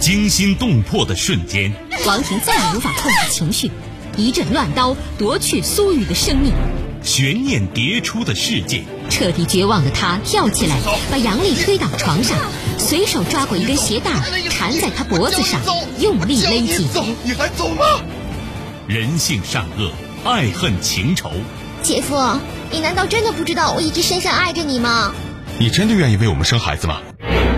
惊心动魄的瞬间， 王婷再也无法控制情绪，一阵乱刀夺去苏雨的生命。 悬念迭出的事件， 彻底绝望的他跳起来，把杨丽推倒床上，随手抓过一根鞋带缠在他脖子上，用力勒紧。 你还走吗？ 人性善恶，爱恨情仇。 姐夫，你难道真的不知道我一直深深爱着你吗？ 你真的愿意为我们生孩子吗？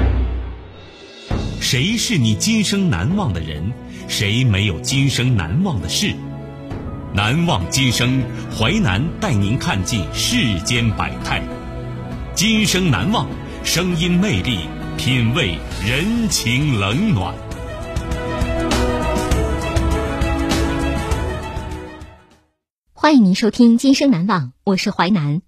谁是你今生难忘的人？谁没有今生难忘的事？难忘今生，淮南带您看尽世间百态。今生难忘，声音魅力，品味人情冷暖。 欢迎您收听《今生难忘》，我是淮南。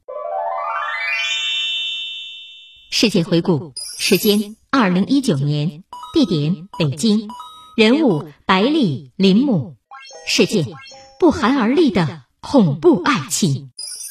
世界回顾，时间2019年，地点北京，人物白丽、林木，事件不寒而栗的恐怖爱情。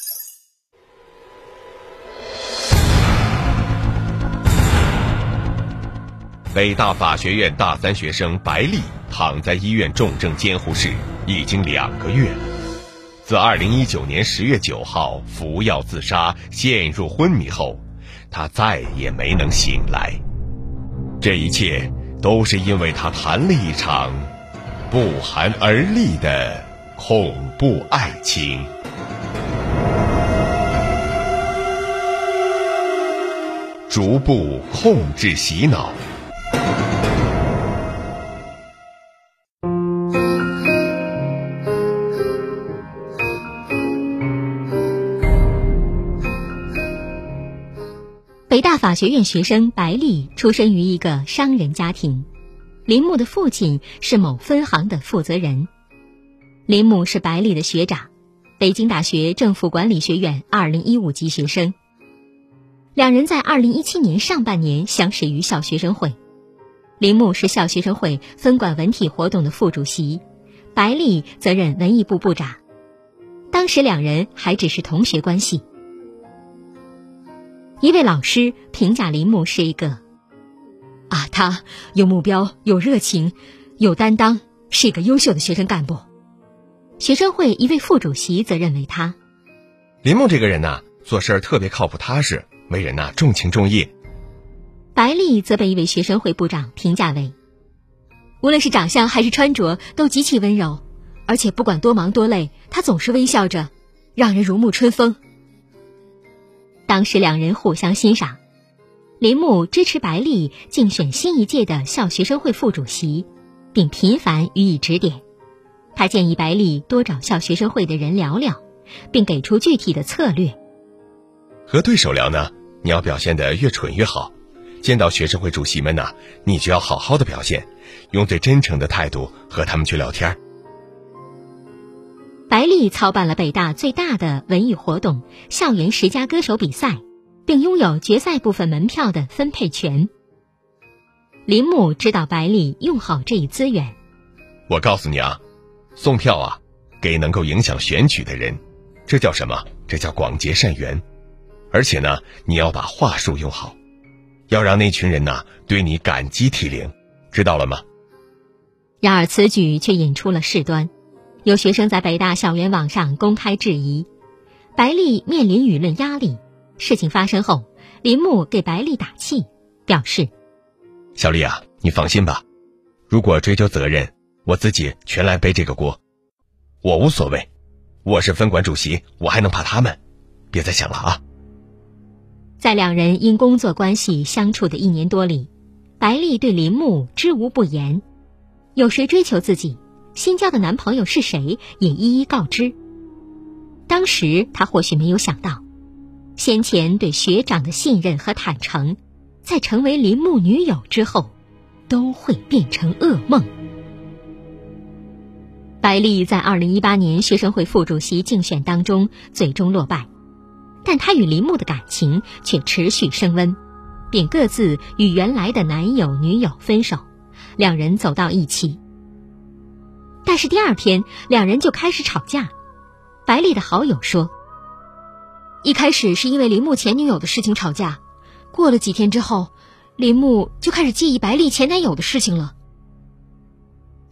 北大法学院大三学生白丽躺在医院重症监护室已经2个月了。自2019年10月9号服药自杀陷入昏迷后，她再也没能醒来。这一切都是因为她谈了一场不寒而栗的恐怖爱情。逐步控制洗脑。 北大法学院学生白丽出生于一个商人家庭，林木的父亲是某分行的负责人。林木是白丽的学长，北京大学政府管理学院2015级学生。两人在2017年上半年相识于校学生会，林木是校学生会分管文体活动的副主席，白丽则任文艺部部长。当时两人还只是同学关系。一位老师评价林木是一个他有目标、有热情、有担当，是一个优秀的学生干部。学生会一位副主席则认为他林木这个人做事特别靠谱踏实，为人重情重义。 白丽则被一位学生会部长评价为无论是长相还是穿着都极其温柔，而且不管多忙多累，他总是微笑着，让人如沐春风。当时两人互相欣赏，林木支持白丽竞选新一届的校学生会副主席，并频繁予以指点。他建议白丽多找校学生会的人聊聊，并给出具体的策略。 和对手聊呢，你要表现得越蠢越好。见到学生会主席们你就要好好的表现，用最真诚的态度和他们去聊天。 白丽操办了北大最大的文艺活动——校园10佳歌手比赛，并拥有决赛部分门票的分配权。林木指导白丽用好这一资源。 我告诉你送票给能够影响选举的人，这叫什么？这叫广结善缘。而且你要把话术用好，要让那群人对你感激涕零，知道了吗？ 然而此举却引出了事端，有学生在北大校园网上公开质疑，白丽面临舆论压力。事情发生后，林木给白丽打气，表示小丽你放心吧，如果追究责任，我自己全来背这个锅，我无所谓，我是分管主席，我还能怕他们？别再想了在两人因工作关系相处的1年多里，白丽对林木知无不言，有谁追求自己，新交的男朋友是谁也一一告知。当时他或许没有想到，先前对学长的信任和坦诚，在成为林木女友之后都会变成噩梦。白丽在2018年学生会副主席竞选当中最终落败，但她与林木的感情却持续升温，并各自与原来的男友女友分手，两人走到一起。但是第2天两人就开始吵架。白丽的好友说，一开始是因为林木前女友的事情吵架，过了几天之后，林木就开始介意白丽前男友的事情了。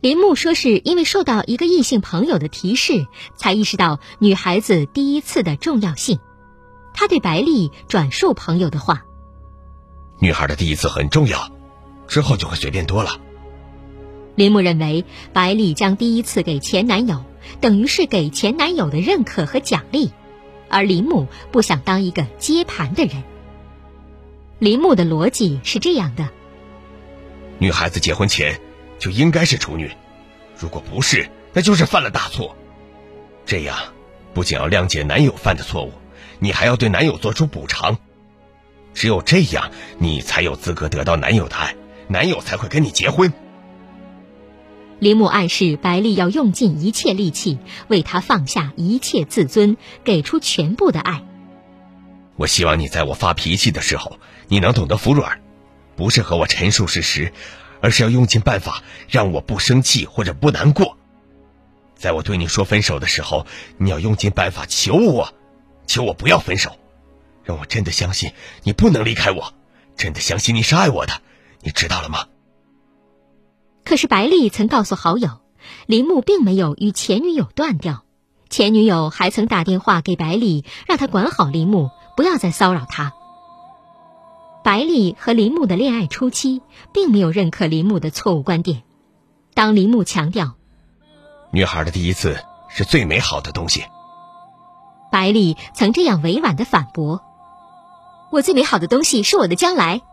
林木说是因为受到一个异性朋友的提示，才意识到女孩子第一次的重要性。他对白丽转述朋友的话： 女孩的第一次很重要，之后就会随便多了。 林木认为白丽将第一次给前男友，等于是给前男友的认可和奖励，而林木不想当一个接盘的人。林木的逻辑是这样的： 女孩子结婚前就应该是处女，如果不是，那就是犯了大错。这样不仅要谅解男友犯的错误，你还要对男友做出补偿。只有这样，你才有资格得到男友的爱，男友才会跟你结婚。 林木暗示白丽要用尽一切力气，为他放下一切自尊，给出全部的爱。 我希望你在我发脾气的时候，你能懂得服软，不是和我陈述事实，而是要用尽办法让我不生气或者不难过。在我对你说分手的时候，你要用尽办法求我不要分手，让我真的相信你不能离开我，真的相信你是爱我的，你知道了吗？ 可是白丽曾告诉好友，林木并没有与前女友断掉，前女友还曾打电话给白丽，让他管好林木，不要再骚扰他。白丽和林木的恋爱初期并没有认可林木的错误观点。当林木强调女孩的第一次是最美好的东西， 白丽曾这样委婉地反驳：我最美好的东西是我的将来。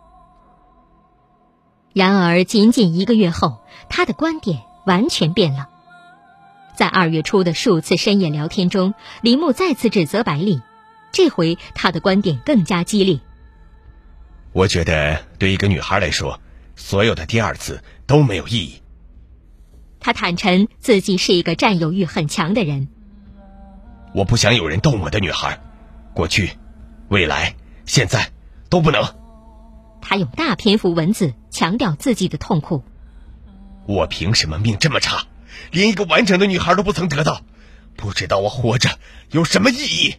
然而仅仅1个月后，他的观点完全变了。在2月初的数次深夜聊天中，林木再次指责白丽，这回他的观点更加激烈。 我觉得对一个女孩来说，所有的第二次都没有意义。 他坦诚自己是一个占有欲很强的人。 我不想有人动我的女孩，过去、未来、现在都不能。 他用大篇幅文字强调自己的痛苦。 我凭什么命这么差，连一个完整的女孩都不曾得到？不知道我活着有什么意义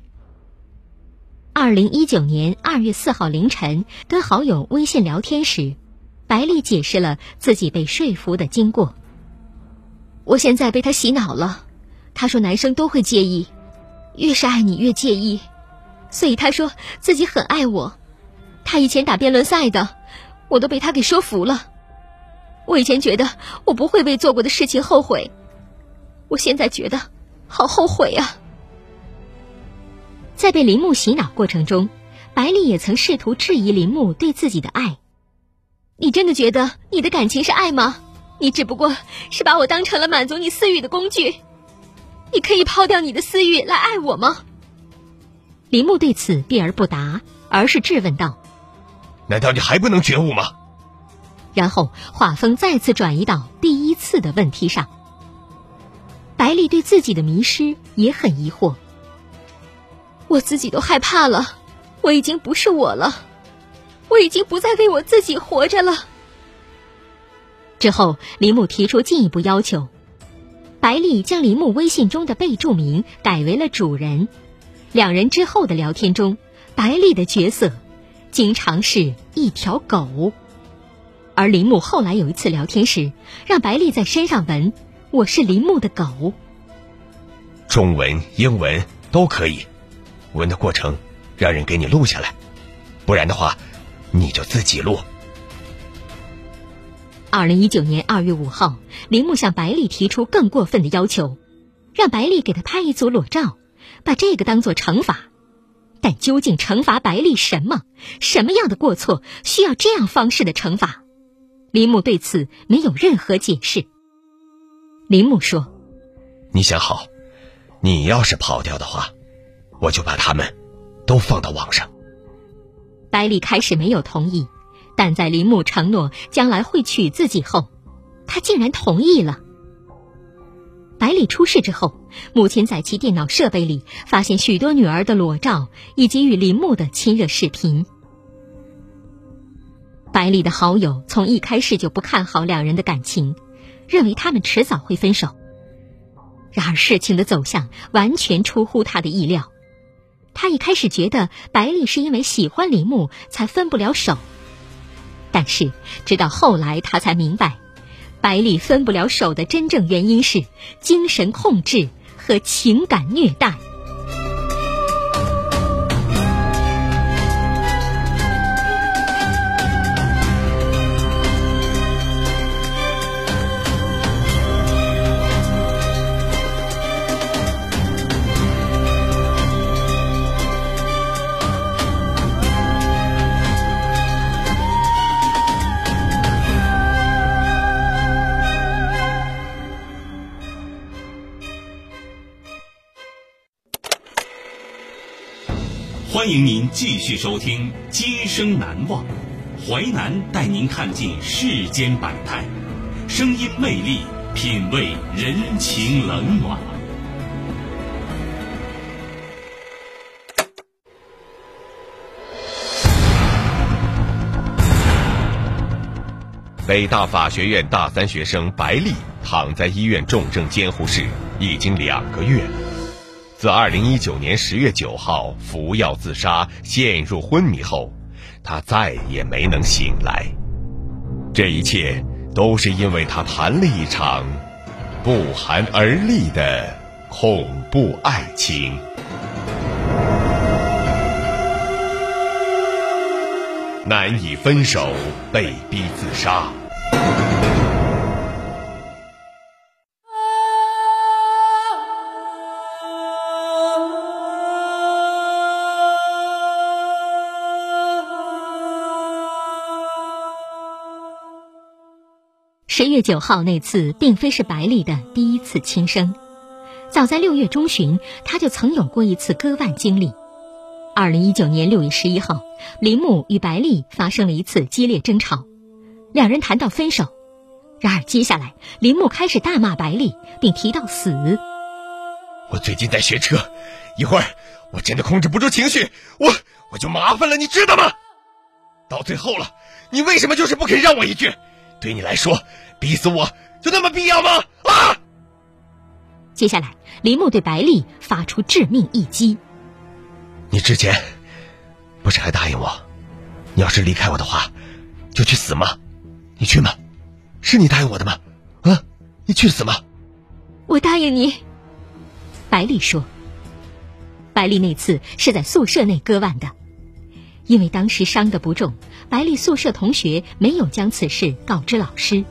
？2019年2月4号凌晨，跟好友微信聊天时，白丽解释了自己被说服的经过。我现在被他洗脑了，他说男生都会介意，越是爱你越介意，所以他说自己很爱我。他以前打辩论赛的，我都被他给说服了。我以前觉得我不会为做过的事情后悔，我现在觉得好后悔啊。在被林木洗脑过程中，白丽也曾试图质疑林木对自己的爱。你真的觉得你的感情是爱吗？你只不过是把我当成了满足你私欲的工具。你可以抛掉你的私欲来爱我吗？林木对此避而不答，而是质问道： 难道你还不能觉悟吗？ 然后话锋再次转移到第一次的问题上。白丽对自己的迷失也很疑惑。我自己都害怕了，我已经不是我了，我已经不再为我自己活着了。之后林木提出进一步要求，白丽将林木微信中的备注名改为了主人。两人之后的聊天中，白丽的角色经常是一条狗。而林木后来有一次聊天时，让白丽在身上纹我是林木的狗。 中文、英文都可以，纹的过程让人给你录下来，不然的话你就自己录。 2019年2月5号，林木向白丽提出更过分的要求，让白丽给他拍一组裸照，把这个当作惩罚。但究竟惩罚白丽什么？什么样的过错需要这样方式的惩罚？林木对此没有任何解释。林木说： 你想好，你要是跑掉的话，我就把他们都放到网上。 白丽开始没有同意，但在林木承诺将来会娶自己后，她竟然同意了。白丽出事之后，母亲在其电脑设备里发现许多女儿的裸照以及与林木的亲热视频。白丽的好友从一开始就不看好两人的感情，认为他们迟早会分手。然而事情的走向完全出乎他的意料。他一开始觉得白丽是因为喜欢林木才分不了手，但是直到后来他才明白， 百里分不了手的真正原因是精神控制和情感虐待。 欢迎您继续收听《今生难忘》，淮南带您看尽世间百态，声音魅力，品味人情冷暖。 北大法学院大三学生白丽躺在医院重症监护室已经2个月了。自2019年10月9号服药自杀陷入昏迷后，他再也没能醒来。这一切都是因为他谈了一场不寒而栗的恐怖爱情。难以分手，被逼自杀。 10月9号那次并非是百里的第一次轻生，早在6月中旬，他就曾有过一次割腕经历。2019年6月11号，林木与百里发生了一次激烈争吵，两人谈到分手。然而接下来，林木开始大骂百里，并提到死。 我最近在学车，一会儿我真的控制不住情绪，我就麻烦了，你知道吗？到最后了，你为什么就是不肯让我一句？对你来说，逼死我就那么必要吗？啊！ 接下来，林木对百里发出致命一击。 你之前不是还答应我，你要是离开我的话，就去死吗？你去吗？是你答应我的吗？啊，你去死吗？ 我答应你。百里说。百里那次是在宿舍内割腕的，因为当时伤得不重，百里宿舍同学没有将此事告知老师。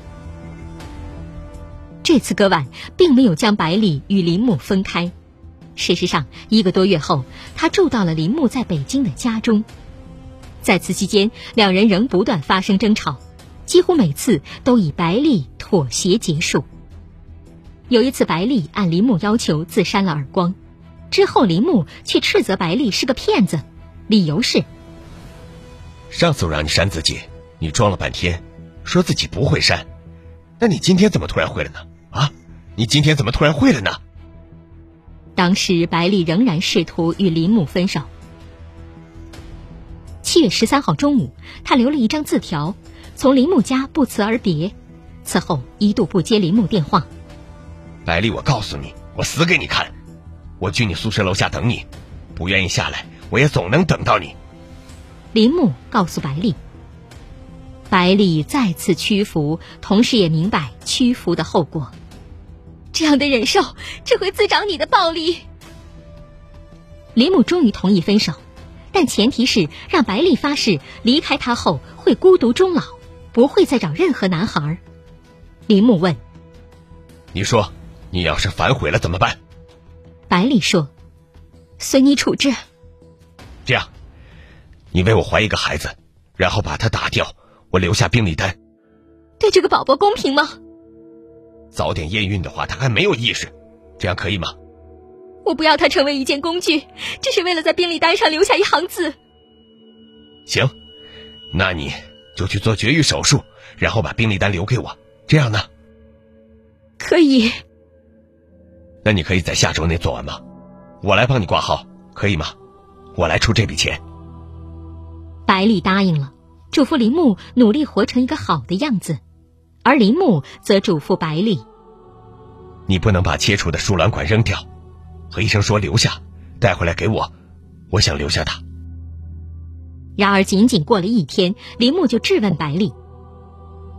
这次割腕并没有将百里与林木分开，事实上1个多月后，他住到了林木在北京的家中。在此期间，两人仍不断发生争吵，几乎每次都以百里妥协结束。有一次，百里按林木要求自扇了耳光，之后林木却斥责百里是个骗子，理由是上次我让你扇自己，你装了半天，说自己不会扇，那你今天怎么突然会了呢？啊，你今天怎么突然会了呢？ 当时百里仍然试图与林木分手。7月13号中午，他留了一张字条，从林木家不辞而别，此后一度不接林木电话。 百里，我告诉你，我死给你看，我去你宿舍楼下等你，不愿意下来，我也总能等到你。 林木告诉百里。百里再次屈服，同时也明白屈服的后果。这样的忍受只会滋长你的暴力。林木终于同意分手，但前提是让百里发誓离开他后会孤独终老，不会再找任何男孩。林木问： 你说你要是反悔了怎么办？ 百里说：随你处置。 这样，你为我怀一个孩子，然后把他打掉，我留下病历单。 对这个宝宝公平吗？ 早点验孕的话，他还没有意识，这样可以吗？ 我不要他成为一件工具，只是为了在病历单上留下一行字。 行，那你就去做绝育手术，然后把病历单留给我，这样呢？ 可以。 那你可以在下周内做完吗？我来帮你挂号，可以吗？我来出这笔钱。 百里答应了，嘱咐林木努力活成一个好的样子，而林木则嘱咐百里： 你不能把切除的输卵管扔掉，和医生说留下，带回来给我，我想留下它。 然而仅仅过了1天，林木就质问百里：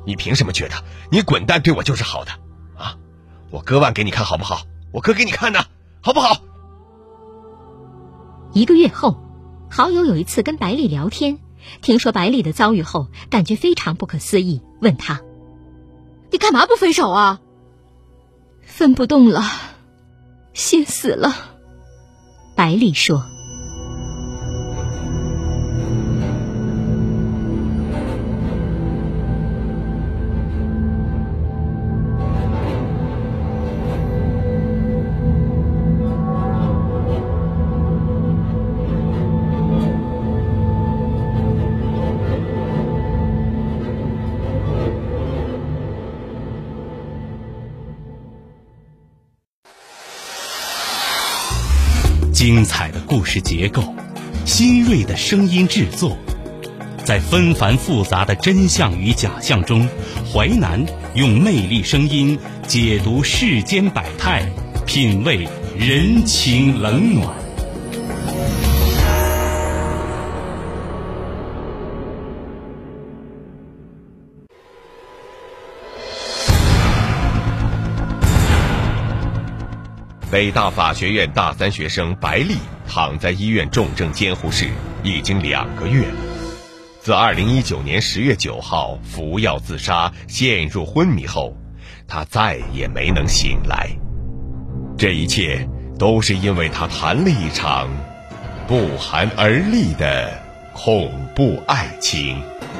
你凭什么觉得你滚蛋对我就是好的啊？我割腕给你看好不好？我割给你看呢，好不好 ？1个月后，好友有一次跟白丽聊天，听说白丽的遭遇后，感觉非常不可思议，问他： 你干嘛不分手啊？ 分不动了，心死了。白丽说。 精彩的故事结构，新锐的声音制作，在纷繁复杂的真相与假象中，淮南用魅力声音解读世间百态，品味人情冷暖。 北大法学院大3学生白丽躺在医院重症监护室已经2个月了。自2019年10月9号服药自杀陷入昏迷后，她再也没能醒来。这一切都是因为她谈了一场不寒而栗的恐怖爱情。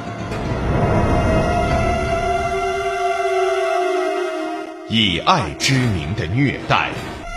以爱之名的虐待。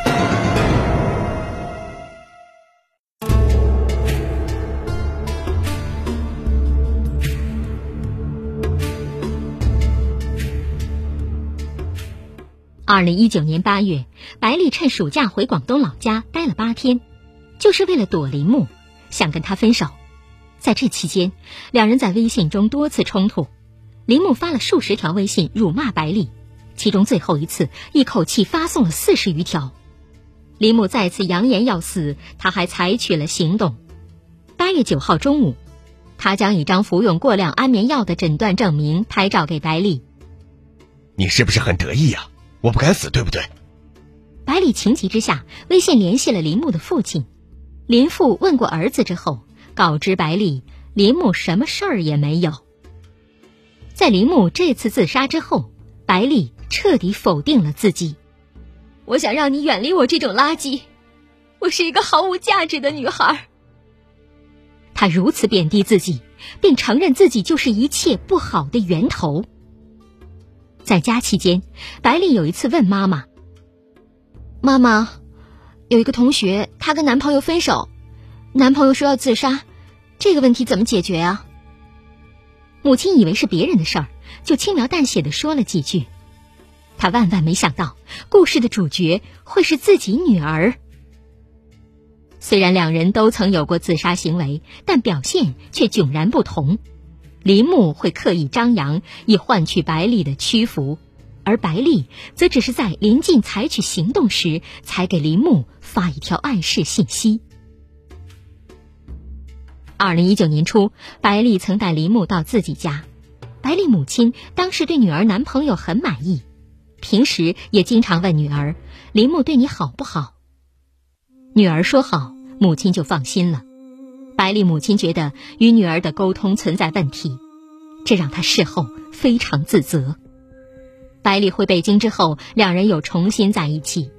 2019年8月，白丽趁暑假回广东老家待了8天，就是为了躲林木，想跟他分手。在这期间，两人在微信中多次冲突，林木发了数十条微信辱骂白丽，其中最后一次一口气发送了40余条。林木再次扬言要死，他还采取了行动。8月9号中午，他将一张服用过量安眠药的诊断证明拍照给白丽。 你是不是很得意啊？我不敢死，对不对？ 白丽情急之下微信联系了林木的父亲，林父问过儿子之后，告知白丽林木什么事儿也没有。在林木这次自杀之后，白丽彻底否定了自己。我想让你远离我这种垃圾，我是一个毫无价值的女孩。她如此贬低自己，并承认自己就是一切不好的源头。在家期间，白丽有一次问妈妈：妈妈，有一个同学她跟男朋友分手，男朋友说要自杀，这个问题怎么解决啊？母亲以为是别人的事儿，就轻描淡写地说了几句。她万万没想到，故事的主角会是自己女儿。虽然两人都曾有过自杀行为，但表现却迥然不同。林木会刻意张扬，以换取白丽的屈服，而白丽则只是在临近采取行动时，才给林木发一条暗示信息。2019年初，白丽曾带林木到自己家，白丽母亲当时对女儿男朋友很满意，平时也经常问女儿：林木对你好不好？女儿说好，母亲就放心了。白丽母亲觉得与女儿的沟通存在问题，这让她事后非常自责。白丽回北京之后，两人又重新在一起。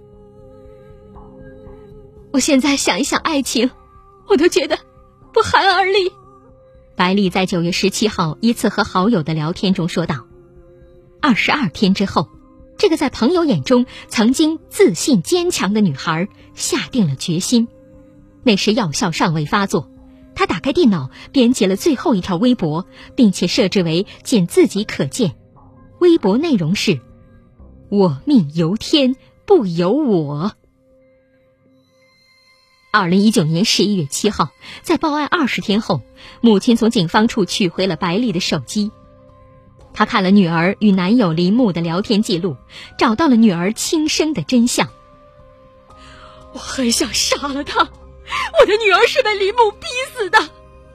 我现在想一想爱情，我都觉得不寒而栗。白丽在9月17号一次和好友的聊天中说道：22天之后，这个在朋友眼中曾经自信坚强的女孩下定了决心。那时药效尚未发作，她打开电脑编辑了最后一条微博，并且设置为仅自己可见。微博内容是：我命由天，不由我。2019年11月7号，在报案20天后，母亲从警方处取回了白丽的手机。她看了女儿与男友林木的聊天记录，找到了女儿轻生的真相。我很想杀了她，我的女儿是被林木逼死的，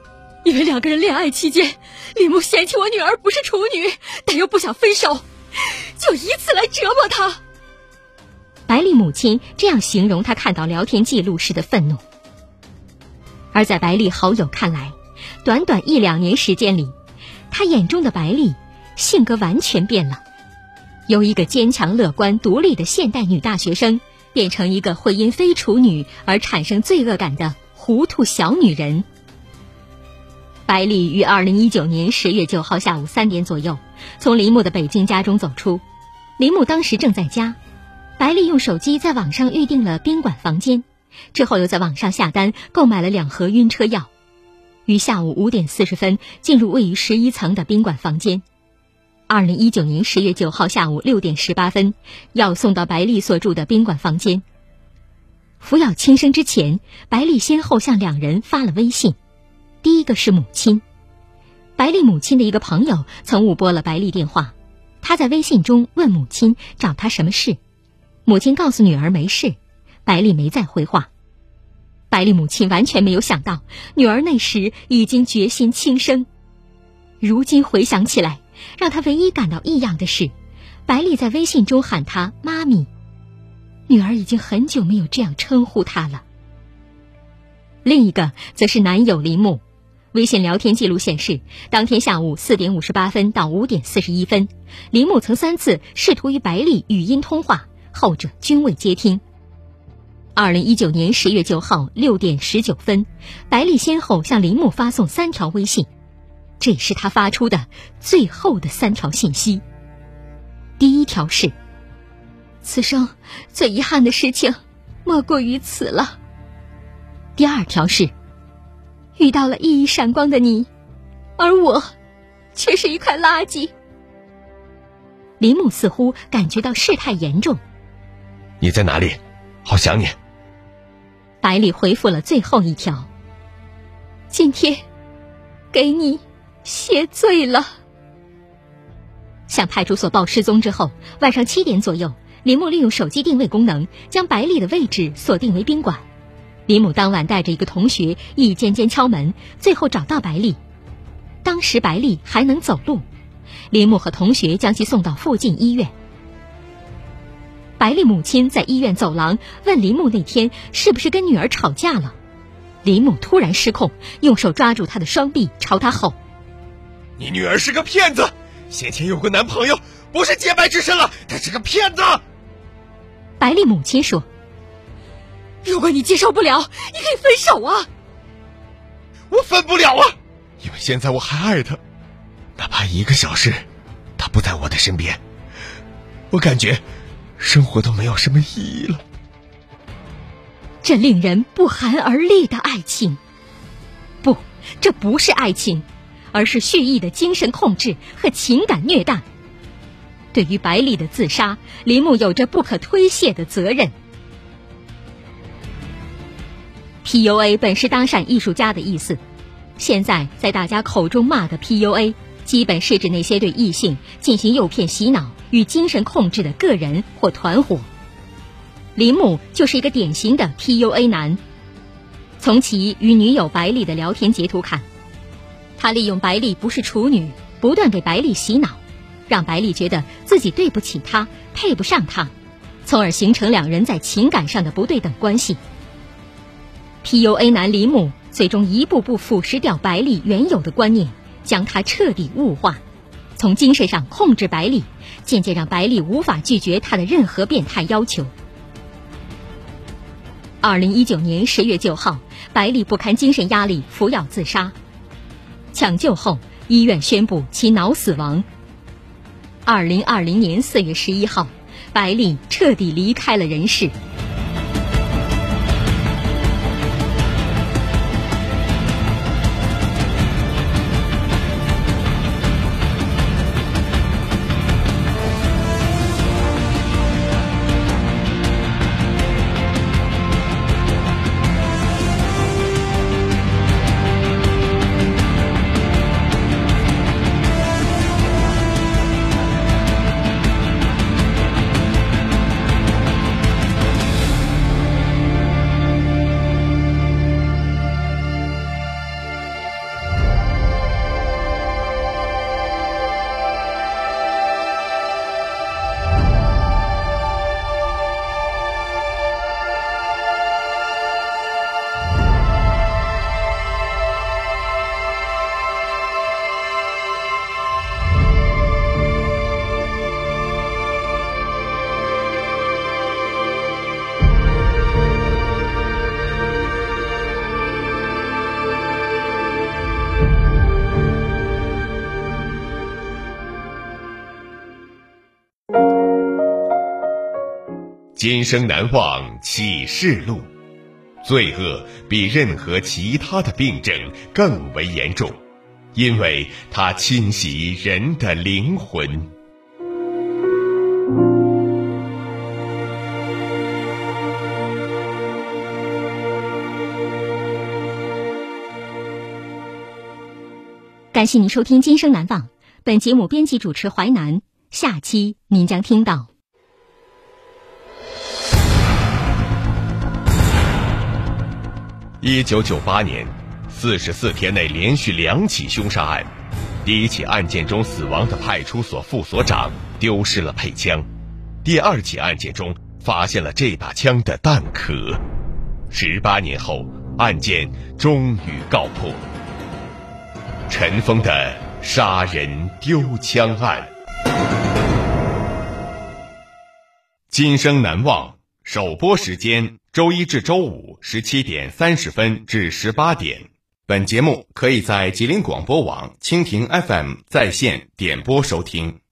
因为2个人恋爱期间，林木嫌弃我女儿不是处女，但又不想分手，就以此来折磨她。白丽母亲这样形容她看到聊天记录时的愤怒。而在白丽好友看来，短短1-2年时间里，她眼中的白丽性格完全变了，由一个坚强乐观独立的现代女大学生，变成一个会因非处女而产生罪恶感的糊涂小女人。白丽于2019年10月9号下午3点左右从林木的北京家中走出。林木当时正在家，白丽用手机在网上预订了宾馆房间，之后又在网上下单购买了2盒晕车药，于下午5点40分进入位于11层的宾馆房间。2019年10月9号下午6点18分，药送到白丽所住的宾馆房间。服药轻生之前，白丽先后向2人发了微信。第一个是母亲，白丽母亲的一个朋友曾误拨了白丽电话，她在微信中问母亲找她什么事，母亲告诉女儿没事，白丽没再回话。白丽母亲完全没有想到，女儿那时已经决心轻生。如今回想起来，让她唯一感到异样的是，白丽在微信中喊她妈咪，女儿已经很久没有这样称呼她了。另一个则是男友林木，微信聊天记录显示，当天下午4点58分到5点41分，林木曾3次试图与白丽语音通话，后者均未接听。2019年10月9号6点19分，白丽先后向林木发送3条微信，这也是他发出的最后的3条信息。第一条是：此生最遗憾的事情莫过于此了。第二条是：遇到了熠熠闪光的你，而我却是一块垃圾。林木似乎感觉到事态严重。 你在哪里？好想你。 白丽回复了最后一条：今天给你谢罪了。向派出所报失踪之后，晚上7点左右，林木利用手机定位功能将白丽的位置锁定为宾馆。林木当晚带着一个同学一间间敲门，最后找到白丽。当时白丽还能走路，林木和同学将其送到附近医院。白丽母亲在医院走廊问林木那天是不是跟女儿吵架了。林木突然失控，用手抓住她的双臂，朝她吼： 你女儿是个骗子，先前有个男朋友，不是结拜之身了，她是个骗子。 白丽母亲说：如果你接受不了，你可以分手啊。 我分不了啊，因为现在我还爱她，哪怕1个小时她不在我的身边，我感觉生活都没有什么意义了。 这令人不寒而栗的爱情，不，这不是爱情，而是蓄意的精神控制和情感虐待。对于白丽的自杀，林木有着不可推卸的责任。PUA 本是搭讪艺术家的意思，现在在大家口中骂的 PUA， 基本是指那些对异性进行诱骗洗脑与精神控制的个人或团伙。林木就是一个典型的 PUA 男。从其与女友白丽的聊天截图看，他利用白丽不是处女，不断给白丽洗脑，让白丽觉得自己对不起他，配不上他，从而形成2人在情感上的不对等关系。PUA 男林木最终一步步腐蚀掉白丽原有的观念，将她彻底物化，从精神上控制白丽，渐渐让白丽无法拒绝他的任何变态要求。2019年10月9号，白丽不堪精神压力服药自杀，抢救后医院宣布其脑死亡。2020年4月11号，白丽彻底离开了人世。 今生难忘启示录。罪恶比任何其他的病症更为严重，因为它侵袭人的灵魂。 感谢您收听《今生难忘》，本节目编辑主持淮南，下期您将听到。 1998年，44天内连续2起凶杀案。第一起案件中死亡的派出所副所长丢失了配枪，第2起案件中发现了这把枪的弹壳。18年后，案件终于告破。尘封的杀人丢枪案。今生难忘首播时间周一至周五17点30分至18点。本节目可以在吉林广播网、蜻蜓 FM 在线点播收听。